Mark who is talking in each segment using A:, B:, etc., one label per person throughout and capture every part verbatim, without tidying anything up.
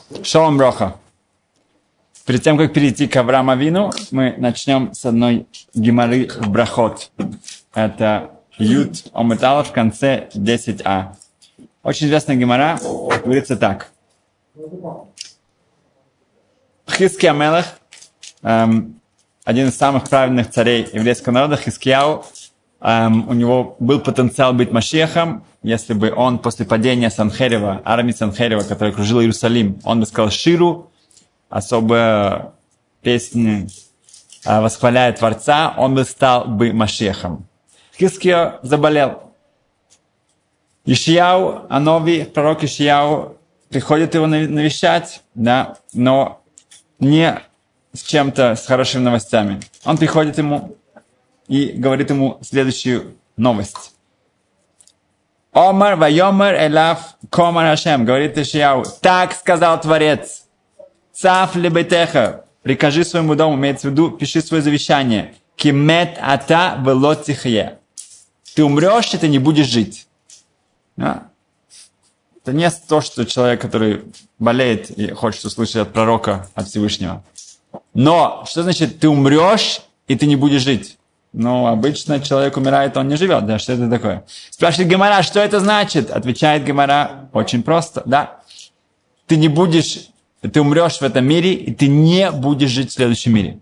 A: Шалом броха. Перед тем, как перейти к Аврааму Авину, мы начнем с одной гемары в брахот. Это Юд Омет Алеф в конце десять а. Очень известная гемара, говорится так. Хизкия Мелех, эм, один из самых правильных царей еврейского народа, Хизкияу, эм, у него был потенциал быть Машиахом, если бы он после падения Санхерева, армии Санхерева, которая окружила Иерусалим, он бы сказал Ширу, особая песня, восхваляя Творца, он бы стал бы Машиахом. Хизкия заболел. Ишияу, Анови, пророк Ишияу, приходит его навещать, да, но не с чем-то, с хорошими новостями. Он приходит ему и говорит ему следующую новость. Омар вайомар элав комар Ашем, говорит Ишияу, так сказал Творец, цаф лебетеха, прикажи своему дому, имеется в виду, пиши свое завещание, кимет ата велот тихье, ты умрешь, и ты не будешь жить. Да? Это не то, что человек, который болеет и хочет услышать от пророка, от Всевышнего. Но что значит ты умрешь, и ты не будешь жить? Ну, обычно человек умирает, он не живет. Да, что это такое? Спрашивает Гемара, что это значит? Отвечает Гемара, очень просто, да. Ты не будешь, ты умрешь в этом мире, и ты не будешь жить в следующем мире.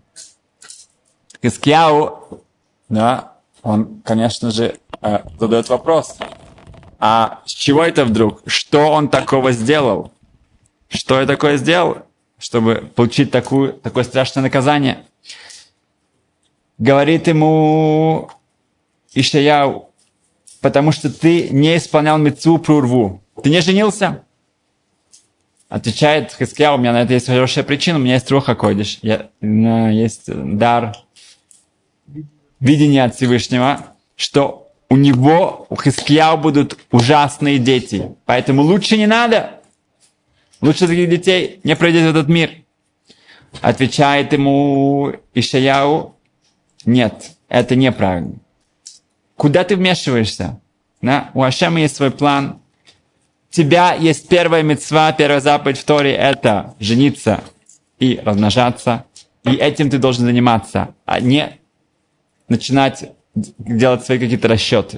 A: Хизкияу, да, он, конечно же, задает вопрос. А с чего это вдруг? Что он такого сделал? Что я такое сделал, чтобы получить такую, такое страшное наказание? Говорит ему Ишаяу, потому что ты не исполнял мицву про урву. Ты не женился? Отвечает Хизкияу, у меня на это есть хорошая причина, у меня есть руах ха-койдеш, есть дар видения от Всевышнего, что у него, у Хизкияу будут ужасные дети. Поэтому лучше не надо. Лучше таких детей не пройдет в этот мир. Отвечает ему Ишаяу, нет, это неправильно. Куда ты вмешиваешься? Да? У Ашема есть свой план. У тебя есть первая мицва, первая заповедь в Торе, это жениться и размножаться. И этим ты должен заниматься, а не начинать делать свои какие-то расчеты.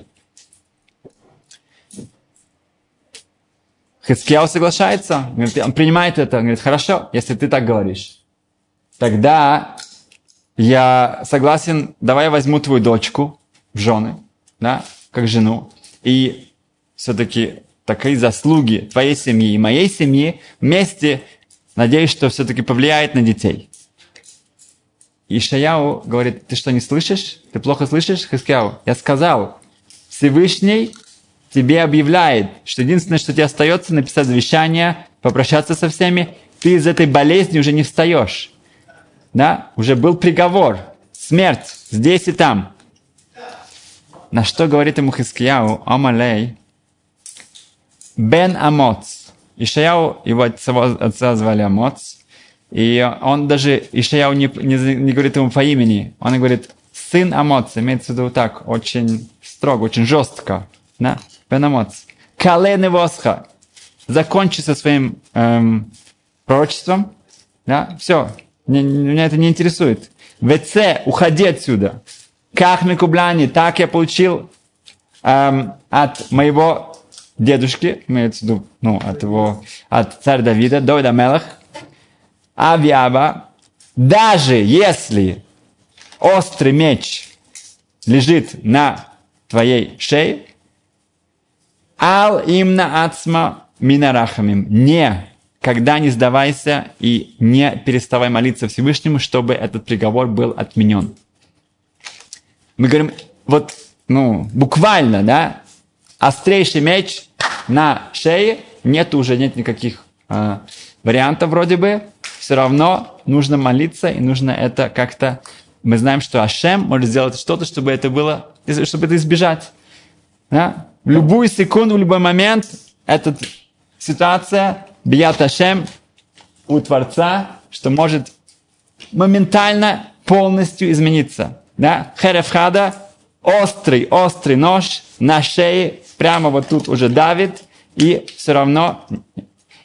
A: Хизкияу соглашается, он принимает это, он говорит, хорошо, если ты так говоришь, тогда я согласен, давай я возьму твою дочку в жены, да, как жену, и все-таки такие заслуги твоей семьи и моей семьи вместе, надеюсь, что все-таки повлияет на детей. Ишаяу говорит, ты что, не слышишь? Ты плохо слышишь, Хизкияу? Я сказал, Всевышний тебе объявляет, что единственное, что тебе остается, написать завещание, попрощаться со всеми, ты из этой болезни уже не встаешь. Да? Уже был приговор, смерть здесь и там. На что говорит ему Хизкияу, Амалей, Бен Амоц. Ишаяу, его отца звали Амоц. И он даже, Ишаяу не, не, не говорит ему по имени, он говорит, сын Амоц, имеется в виду так, очень строго, очень жестко. Да? Бен Амоц. Кален восха. Закончи со своим эм, пророчеством. Да? Все, меня, меня это не интересует. ВЦ, уходи отсюда. Как микубляни, так я получил эм, от моего дедушки, имеется в виду, ну, от его, от царя Давида, Давида Мелех, Авиаба, даже если острый меч лежит на твоей шее, ал имна ацма минарахамим, не, когда не сдавайся и не переставай молиться Всевышнему, чтобы этот приговор был отменен. Мы говорим, вот, ну, буквально, да, острейший меч на шее, нет уже, нет никаких э, вариантов вроде бы, все равно нужно молиться, и нужно это как-то... Мы знаем, что Ашем может сделать что-то, чтобы это было, чтобы это избежать. Да? В любую секунду, в любой момент, эта ситуация, бият Ашем у Творца, что может моментально полностью измениться. Да? Херев хада, острый, острый нож на шее, прямо вот тут уже давит, и все равно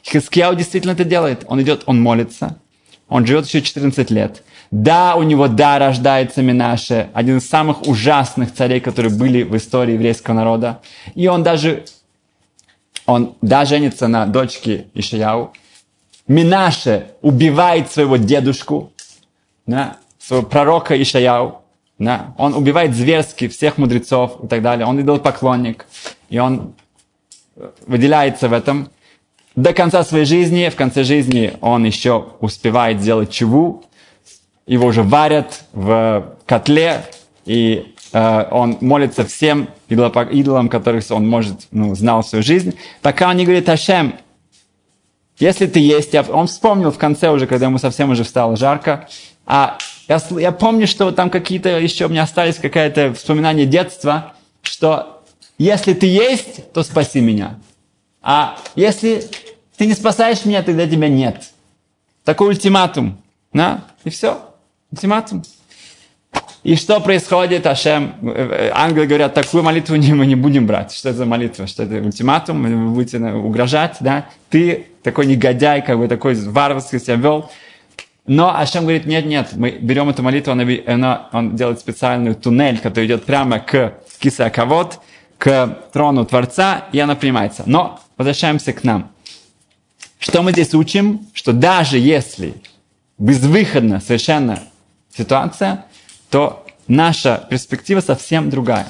A: Хискияу действительно это делает. Он идет, он молится. Он живет еще четырнадцать лет. Да, у него, да, рождается Менаше, один из самых ужасных царей, которые были в истории еврейского народа. И он даже, он, да, женится на дочке Ишаяу. Менаше убивает своего дедушку, да, своего пророка Ишаяу. Да. Он убивает зверски всех мудрецов и так далее. Он идолопоклонник. И он выделяется в этом. До конца своей жизни, в конце жизни он еще успевает сделать чуву. Его уже варят в котле, и э, он молится всем идолам, которых он, может, ну, знал всю жизнь. Пока он не говорит: Ашем, если ты есть, я... он вспомнил в конце уже, когда ему совсем уже стало жарко, а я, я помню, что там какие-то еще у меня остались, какое-то вспоминание детства, что если ты есть, то спаси меня. А если ты не спасаешь меня, тогда тебя нет. Такой ультиматум. Да? И все. Ультиматум. И что происходит, Ашем? Ангелы говорят: такую молитву мы не будем брать. Что это за молитва? Что это ультиматум? Вы будете угрожать, да? Ты такой негодяй, как бы такой варварский себя вел. Но Ашем говорит: нет, нет, мы берем эту молитву, она, она, он делает специальный туннель, который идет прямо к Кисеакавод, к трону Творца, и она принимается. Но возвращаемся к нам. Что мы здесь учим? Что даже если безвыходна совершенно ситуация, то наша перспектива совсем другая.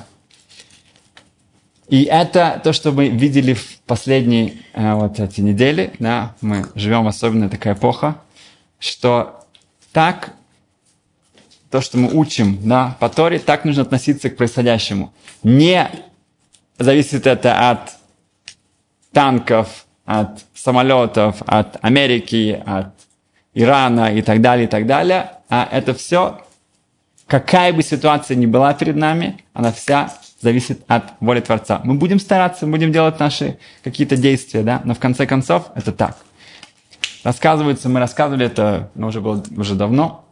A: И это то, что мы видели в последние э, вот эти недели. Да, мы живем в особенная такая эпоха, что так, то, что мы учим, да, по Торе, так нужно относиться к происходящему. Не зависит это от танков, от самолетов, от Америки, от Ирана и так далее, и так далее. А это все, какая бы ситуация ни была перед нами, она вся зависит от воли Творца. Мы будем стараться, будем делать наши какие-то действия, да, но в конце концов это так. Рассказывается, мы рассказывали это, но уже было уже давно.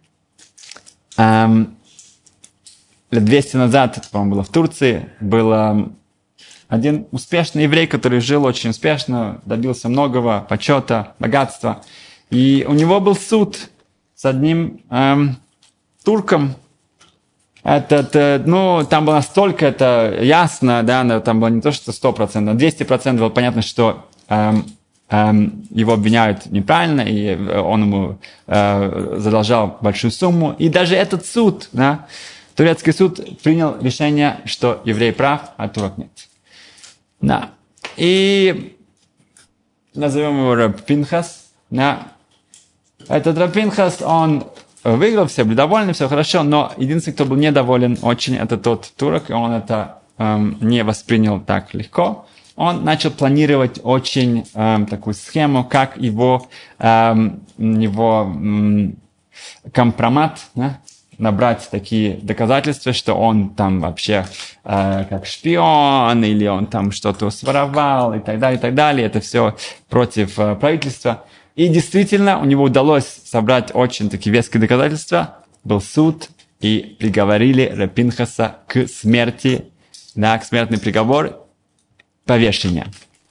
A: Эм, лет двести назад, это, по-моему, было в Турции, был один успешный еврей, который жил очень успешно, добился многого, почета, богатства. И у него был суд с одним эм, турком. Этот, э, ну, там было настолько это ясно, да, там было не то, что сто процентов, двести процентов было понятно, что эм, эм, его обвиняют неправильно, и он ему э, задолжал большую сумму. И даже этот суд, да, турецкий суд принял решение, что еврей прав, а турок нет. Да. И назовем его Раб Пинхас. Да. Этот Раб Пинхас, он выиграл, все были довольны, все хорошо, но единственный, кто был недоволен очень, это тот турок, и он это эм, не воспринял так легко. Он начал планировать очень эм, такую схему, как его, эм, его эм, компромат, да, набрать такие доказательства, что он там вообще э, как шпион, или он там что-то своровал, и так далее, и так далее. Это все против э, правительства. И действительно, у него удалось собрать очень такие веские доказательства. Был суд, и приговорили Раб Пинхаса к смерти, да, к смертный приговор, повешения.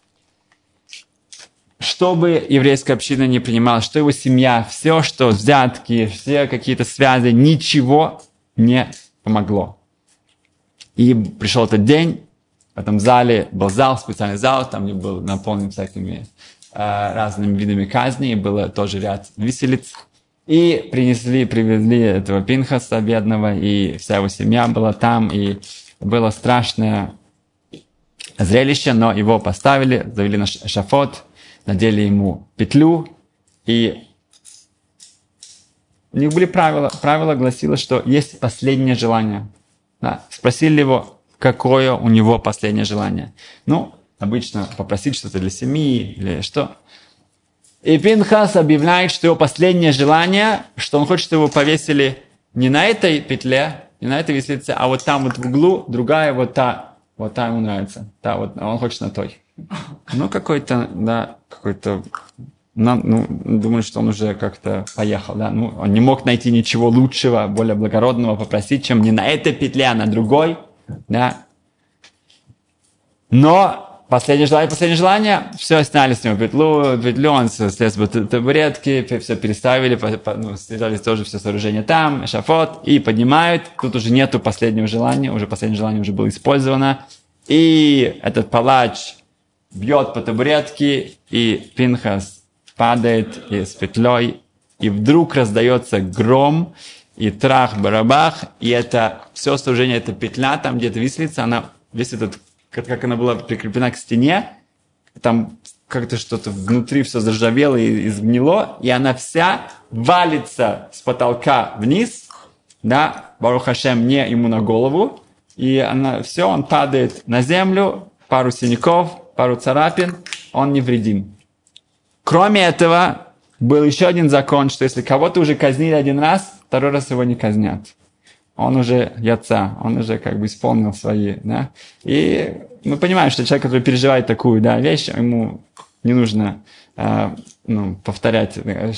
A: Что бы еврейская община не принимала, что его семья, все, что взятки, все какие-то связи, ничего не помогло. И пришел этот день, в этом зале был зал, специальный зал, там был наполнен всякими э, разными видами казни, и было тоже ряд виселиц. И принесли, привезли этого Пинхаса бедного, и вся его семья была там, и было страшное зрелище, но его поставили, завели на эшафот, надели ему петлю, и у них были правила. Правило гласило, что есть последнее желание. Да. Спросили его, какое у него последнее желание. Ну, обычно попросить что-то для семьи или что. И Пинхас объявляет, что его последнее желание, что он хочет, чтобы его повесили не на этой петле, не на этой виселице, а вот там вот в углу, другая вот та, вот та ему нравится. Та вот, он хочет на той. Ну, какой-то, да, какой-то, ну, думаю, что он уже как-то поехал, да, ну, он не мог найти ничего лучшего, более благородного попросить, чем не на этой петле, а на другой, да. Но Последнее желание, последнее желание, все, сняли с него петлю, петлю, он слез с табуретки, все переставили, ну, снижали тоже все сооружения там, эшафот, и поднимают, тут уже нету последнего желания, уже последнее желание уже было использовано, и этот палач бьет по табуретке, и Пинхас падает и с петлей, и вдруг раздается гром, и трах-барабах, и это все сооружение, эта петля, там где-то виселица, она, весь этот, как, как она была прикреплена к стене, там как-то что-то внутри все заржавело и изгнило, и она вся валится с потолка вниз, да, Барух Хашем не ему на голову, и она, все, он падает на землю, пару синяков, пару царапин, он невредим. Кроме этого, был еще один закон, что если кого-то уже казнили один раз, второй раз его не казнят. Он уже яца, он уже как бы исполнил свои, да. И мы понимаем, что человек, который переживает такую, да, вещь, ему не нужно э, ну, повторять,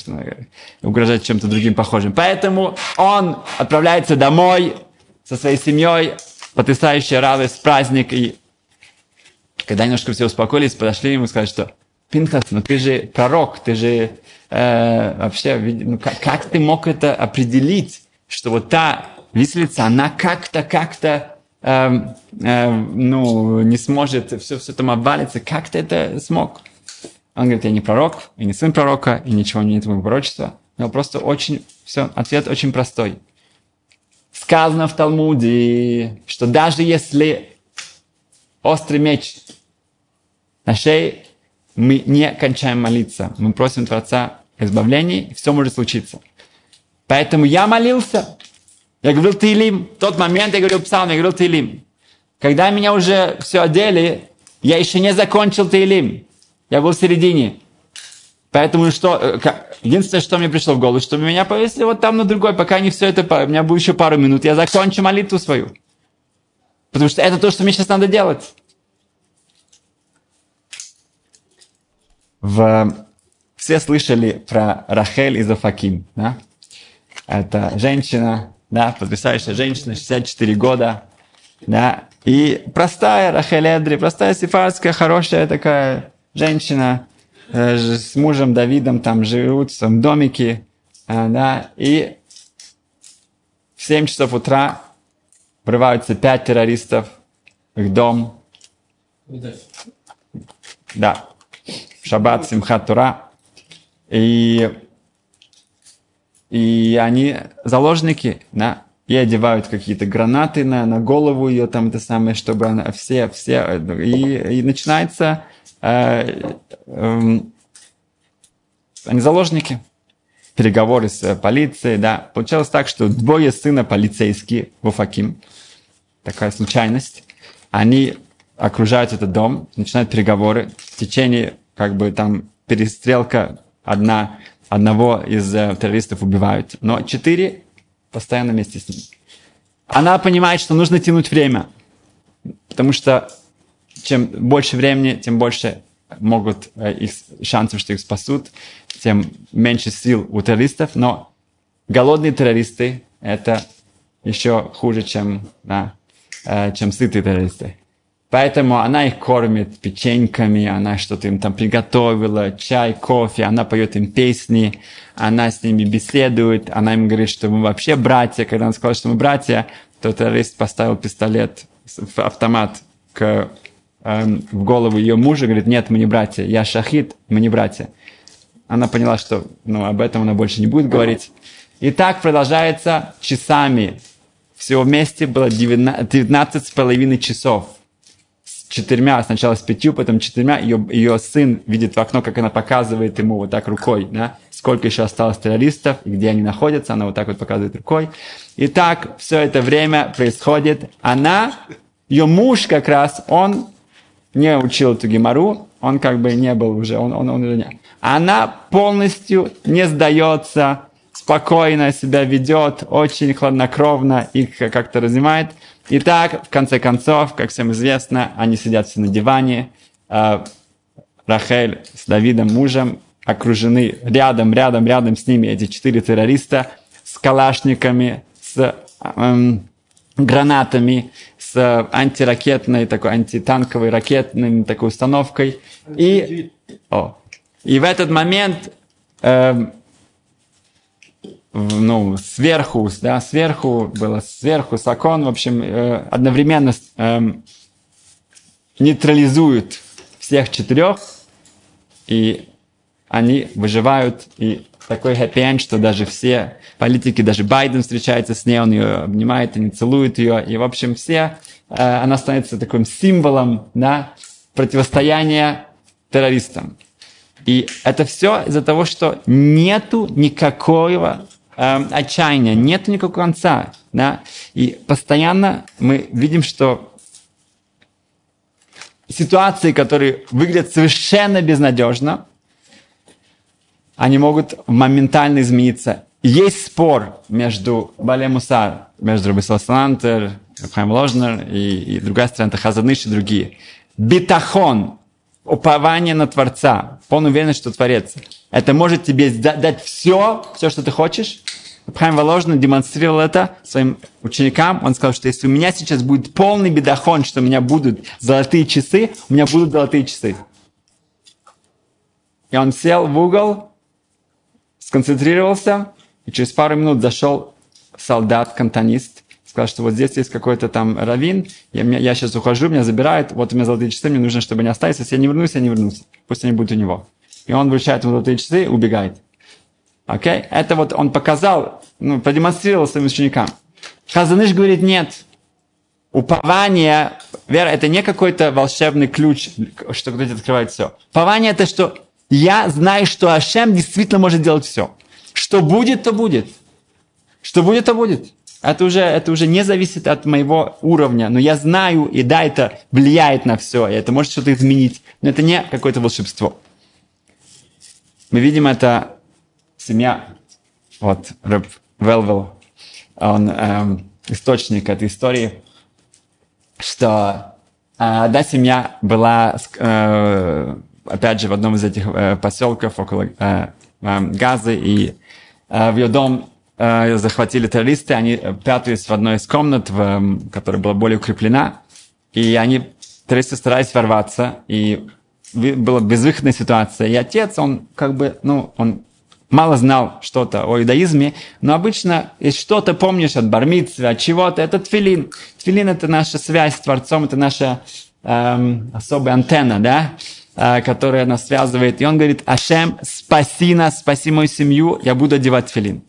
A: угрожать чем-то другим похожим. Поэтому он отправляется домой со своей семьей, потрясающая радость, праздник. И когда немножко все успокоились, подошли ему и сказали, что Пинхас, ну ты же пророк, ты же э, вообще, ну, как, как ты мог это определить, что вот та виселица, она как-то, как-то, э, э, ну, не сможет, все, все там обвалится, как ты это смог? Он говорит, я не пророк, и не сын пророка, и ничего не этого пророчества, но просто очень, все, ответ очень простой. Сказано в Талмуде, что даже если острый меч на шее, мы не кончаем молиться. Мы просим Творца избавления, и все может случиться. Поэтому я молился. Я говорил Теилим. В тот момент я говорил псалм, я говорил Теилим. Когда меня уже все одели, я еще не закончил Теилим. Я был в середине. Поэтому что, единственное, что мне пришло в голову, что меня повесили вот там на другой, пока не все это, у меня было еще пару минут, я закончу молитву свою. Потому что это то, что мне сейчас надо делать. В... Все слышали про Рахель из Офаким, да? Это женщина, да, потрясающая женщина, шестьдесят четыре года, да, и простая Рахель Эдри, простая сефардская, хорошая такая женщина, э, с мужем Давидом там живут в своем домике, э, да, и в семь часов утра врываются пять террористов в их дом, да, в шаббат Симхат Тора, и, и они заложники, да, и одевают какие-то гранаты на, на голову ее, там это самое, чтобы она все, все, и, и начинается, э, э, они заложники, переговоры с полицией, да, получалось так, что двое сына полицейские в Офаким, такая случайность, они окружают этот дом, начинают переговоры, в течение, как бы там перестрелка, одна, одного из э, террористов убивают, но четыре постоянно вместе с ним. Она понимает, что нужно тянуть время, потому что чем больше времени, тем больше могут э, их шансов, что их спасут, тем меньше сил у террористов, но голодные террористы – это еще хуже, чем, да, э, чем сытые террористы. Поэтому она их кормит печеньками, она что-то им там приготовила, чай, кофе, она поет им песни, она с ними беседует, она им говорит, что мы вообще братья. Когда она сказала, что мы братья, то террорист поставил пистолет, автомат к, э, в голову ее мужа, говорит, нет, мы не братья, я шахид, мы не братья. Она поняла, что ну, об этом она больше не будет говорить. И так продолжается часами. Всего вместе было девятнадцать с половиной часов. Четырьмя, сначала с пятью, потом четырьмя, ее, ее сын видит в окно, как она показывает ему вот так рукой, да, сколько еще осталось террористов, и где они находятся, она вот так вот показывает рукой. И так все это время происходит. Она, ее муж как раз, он не учил эту гемару, он как бы не был уже, он, он, он уже не. Она полностью не сдается, спокойно себя ведет, очень хладнокровно их как-то разнимает. Итак, в конце концов, как всем известно, они сидят все на диване. Э, Рахель с Давидом, мужем, окружены рядом, рядом, рядом с ними эти четыре террориста с калашниками, с э, гранатами, с с антиракетной, такой антитанковой ракетной такой установкой. И, о, и в этот момент э, ну, сверху, да, сверху было сверху Сакон, в общем, э, одновременно э, нейтрализуют всех четырех, и они выживают, и такой хэппи-энд, что даже все политики, даже Байден встречается с ней, он ее обнимает, они целуют ее, и, в общем, все, э, она становится таким символом, да, противостояния террористам. И это все из-за того, что нету никакого э, отчаяния, нету никакого конца, да, и постоянно мы видим, что ситуации, которые выглядят совершенно безнадежно, они могут моментально измениться. И есть спор между Бале Мусар, между Раби Салантер, Хайм Ложнер и, и другая сторона, это Хазон Иш и другие. Битахон, упование на Творца, полная уверенность, что Творец. Это может тебе дать все, все, что ты хочешь. Хайм Воложный демонстрировал это своим ученикам. Он сказал, что если у меня сейчас будет полный битахон, что у меня будут золотые часы, у меня будут золотые часы. И он сел в угол, сконцентрировался, и через пару минут зашел солдат, кантонист, сказал, что вот здесь есть какой-то там раввин, я, я сейчас ухожу, меня забирают, вот у меня золотые часы, мне нужно, чтобы они остались, если я не вернусь, я не вернусь, пусть они будут у него. И он вручает ему золотые часы и убегает. Окей? Okay? Это вот он показал, ну, продемонстрировал своим ученикам. Хазон Иш говорит, нет. Упование, вера, это не какой-то волшебный ключ, что кто-то открывает все. Упование это что... Я знаю, что Ашем действительно может делать все. Что будет, то будет. Что будет, то будет. Это уже, это уже не зависит от моего уровня. Но я знаю, и да, это влияет на все. И это может что-то изменить. Но это не какое-то волшебство. Мы видим это семья. Вот, Рэб Велвел. Он эм, источник этой истории. Что э, одна семья была... Э, опять же, в одном из этих э, поселков около э, э, Газы, и э, в ее дом э, захватили террористы, они прятались в одной из комнат, в, э, которая была более укреплена, и они, террористы старались ворваться, и была безвыходная ситуация. И отец, он как бы, ну, он мало знал что-то о иудаизме, но обычно, если что-то помнишь от бар-мицвы, от чего-то, это тфилин. Тфилин – это наша связь с Творцом, это наша э, особая антенна, да, которая нас связывает. И он говорит, Ашем, спаси нас, спаси мою семью, я буду одевать тфилин.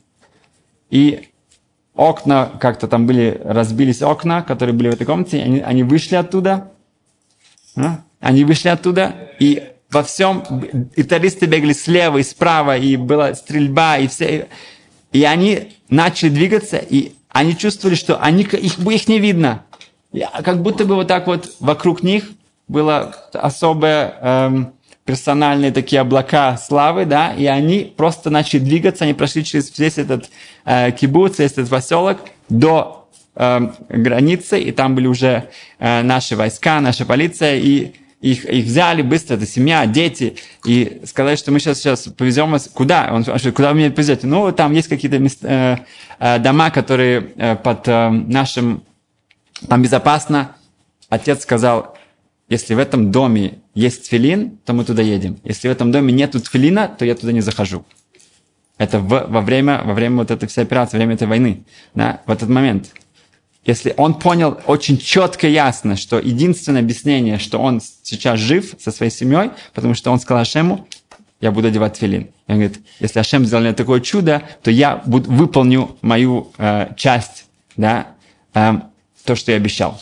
A: И окна, как-то там были, разбились окна, которые были в этой комнате, они, они вышли оттуда, а? они вышли оттуда, и во всем, и террористы бегали слева и справа, и была стрельба, и все, и они начали двигаться, и они чувствовали, что они, их, их не видно. И как будто бы вот так вот вокруг них было особые эм, персональные такие облака славы, да, и они просто начали двигаться, они прошли через весь этот э, кибуц, весь этот поселок до э, границы, и там были уже э, наши войска, наша полиция, и их, их взяли быстро, это семья, дети, и сказали, что мы сейчас, сейчас повезем вас, куда? Он спрашивает, куда вы меня повезете? Ну, там есть какие-то места, э, э, дома, которые э, под э, нашим, там безопасно. Отец сказал, если в этом доме есть тфилин, то мы туда едем. Если в этом доме нету тфилина, то я туда не захожу. Это в, во, время, во время вот этой всей операции, во время этой войны, да, в этот момент. Если он понял очень четко и ясно, что единственное объяснение, что он сейчас жив со своей семьей, потому что он сказал Ашему, я буду одевать тфилин. И он говорит, если Ашем сделал мне такое чудо, то я буду, выполню мою э, часть, да, э, то, что я обещал.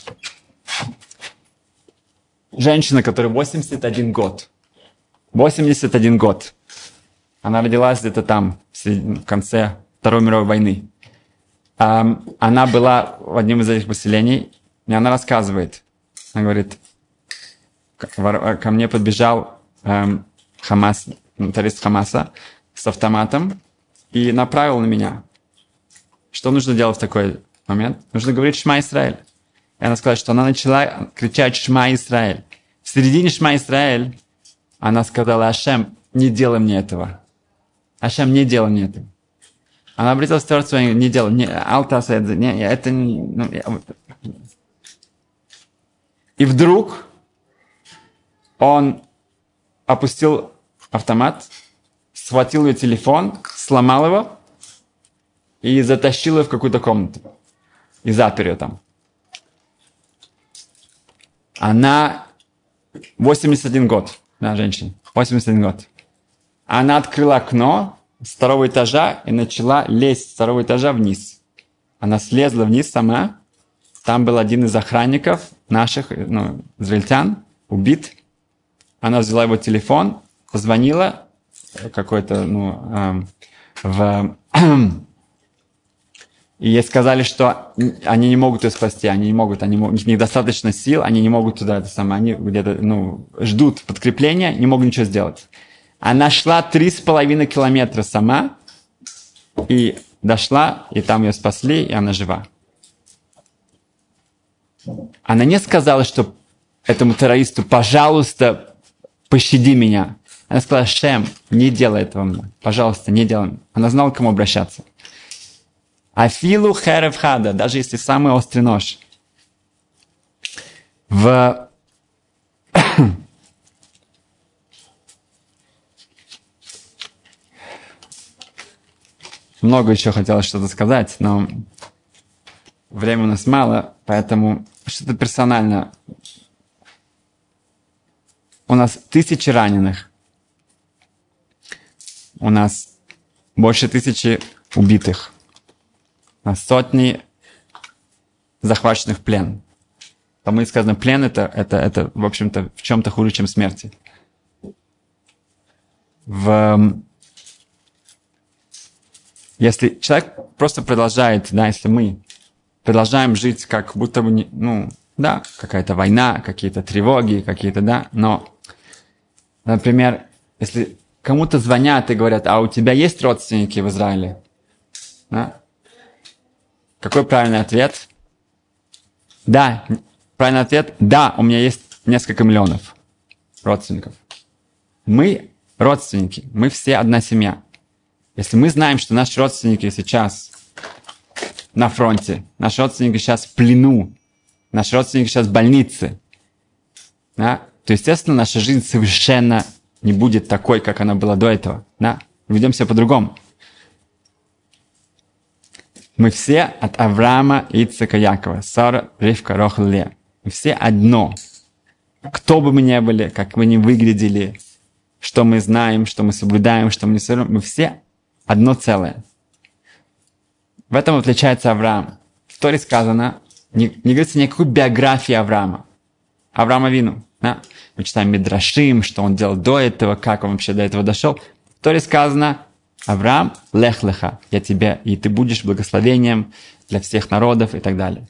A: Женщина, которая восемьдесят один год. восемьдесят один год. Она родилась где-то там, в конце Второй мировой войны. Она была в одном из этих поселений, и она рассказывает. Она говорит, ко мне подбежал эм, Хамас, террорист Хамаса с автоматом и направил на меня. Что нужно делать в такой момент? Нужно говорить «Шма Исраэль». И она сказала, что она начала кричать «Шма Исраэль». В середине «Шма Исраэль» она сказала «Ашем, не делай мне этого». «Ашем, не делай мне этого». Она обратилась к Творцу и не делай, не, алта, не, это не... Ну, я, И вдруг он опустил автомат, схватил ее телефон, сломал его и затащил ее в какую-то комнату. И запер ее там. Она восемьдесят один год, да, женщина, восемьдесят один год. Она открыла окно с второго этажа и начала лезть с второго этажа вниз. Она слезла вниз сама. Там был один из охранников наших, ну, израильтян, убит. Она взяла его телефон, позвонила какой-то, ну, э, в... И ей сказали, что они не могут ее спасти, они не могут, они, у них недостаточно сил, они не могут туда, это самое, они где-то, ну, ждут подкрепления, не могут ничего сделать. Она шла три с половиной километра сама, и дошла, и там ее спасли, и она жива. Она не сказала, что этому террористу, пожалуйста, пощади меня. Она сказала, Шем, не делай этого мне, пожалуйста, не делай. Она знала, к кому обращаться. Афилу херев хада, даже если самый острый нож. В... Много еще хотелось что-то сказать, но времени у нас мало, поэтому что-то персонально. У нас тысячи раненых. У нас больше тысячи убитых. У нас сотни захваченных в плен. Там и сказано, плен это, это, это, в общем-то, в чем-то хуже, чем смерти. В... Если человек просто продолжает, да, если мы продолжаем жить, как будто бы, не, ну, да, какая-то война, какие-то тревоги, какие-то, да, но, например, если кому-то звонят и говорят, а у тебя есть родственники в Израиле? Да? Какой правильный ответ? Да. Правильный ответ? Да, у меня есть несколько миллионов родственников. Мы родственники, мы все одна семья. Если мы знаем, что наши родственники сейчас на фронте, наши родственники сейчас в плену, наши родственники сейчас в больнице, да, то, естественно, наша жизнь совершенно не будет такой, как она была до этого. Да? Мы ведем себя по-другому. Мы все от Авраама, Ицхака, Якова, Сара, Ривка, Рохель, Лея. Мы все одно. Кто бы мы ни были, как мы ни выглядели, что мы знаем, что мы соблюдаем, что мы не соблюдаем, мы все одно целое. В этом отличается Авраам. В Торе сказано, не, не говорится никакой биографии Авраама. Авраама Авину. Да? Мы читаем Мидрашим, что он делал до этого, как он вообще до этого дошел. В Торе сказано, Авраам, лех леха, я тебе, и ты будешь благословением для всех народов и так далее.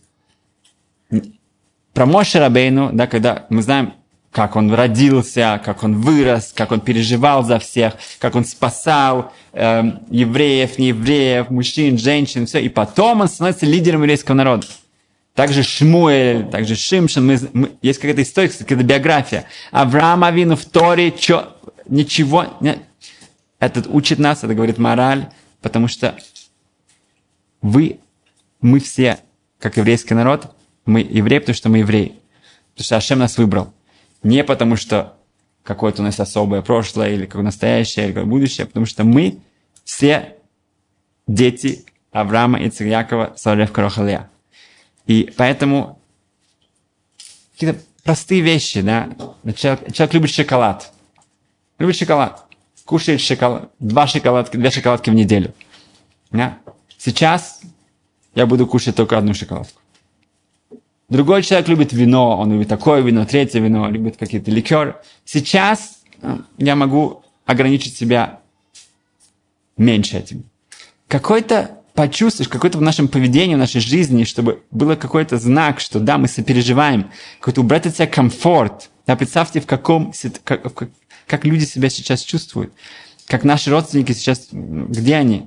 A: Про Моше Рабейну, да, когда мы знаем, как он родился, как он вырос, как он переживал за всех, как он спасал э, евреев, неевреев, мужчин, женщин, все, и потом он становится лидером еврейского народа. Также Шмуэль, также Шимшин, мы, мы, есть какая-то история, какая-то биография. Авраам Авину в Торе, чё, ничего, не, этот учит нас, это говорит мораль, потому что вы, мы все, как еврейский народ, мы евреи, потому что мы евреи, потому что Ашем нас выбрал. Не потому что какое-то у нас особое прошлое, или какое настоящее, или какое будущее, потому что мы все дети Авраама, Ицхака, Якова, Сара, Ривка, Рохель, Лея. И поэтому какие-то простые вещи, да. Человек, человек любит шоколад. Любит шоколад. Кушает шоколад. Два шоколадки, две шоколадки в неделю. Да? Сейчас я буду кушать только одну шоколадку. Другой человек любит вино, он любит такое вино, третье вино, любит какие-то ликеры. Сейчас я могу ограничить себя меньше этим. Какой-то почувствуешь, какой-то в нашем поведении, в нашей жизни, чтобы было какой-то знак, что да, мы сопереживаем, какой-то убрать от себя комфорт. Да, представьте, в каком, как, как, как люди себя сейчас чувствуют, как наши родственники сейчас, где они?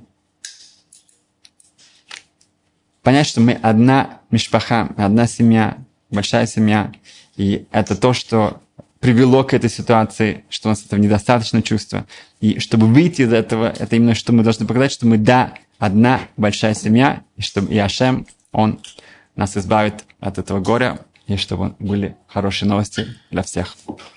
A: Понять, что мы одна мишпаха, одна семья, большая семья, и это то, что привело к этой ситуации, что у нас этого недостаточно чувства. И чтобы выйти из этого, это именно что мы должны показать, что мы, да, одна большая семья, и что и Ашем, Он нас избавит от этого горя. и чтобы были хорошие новости для всех.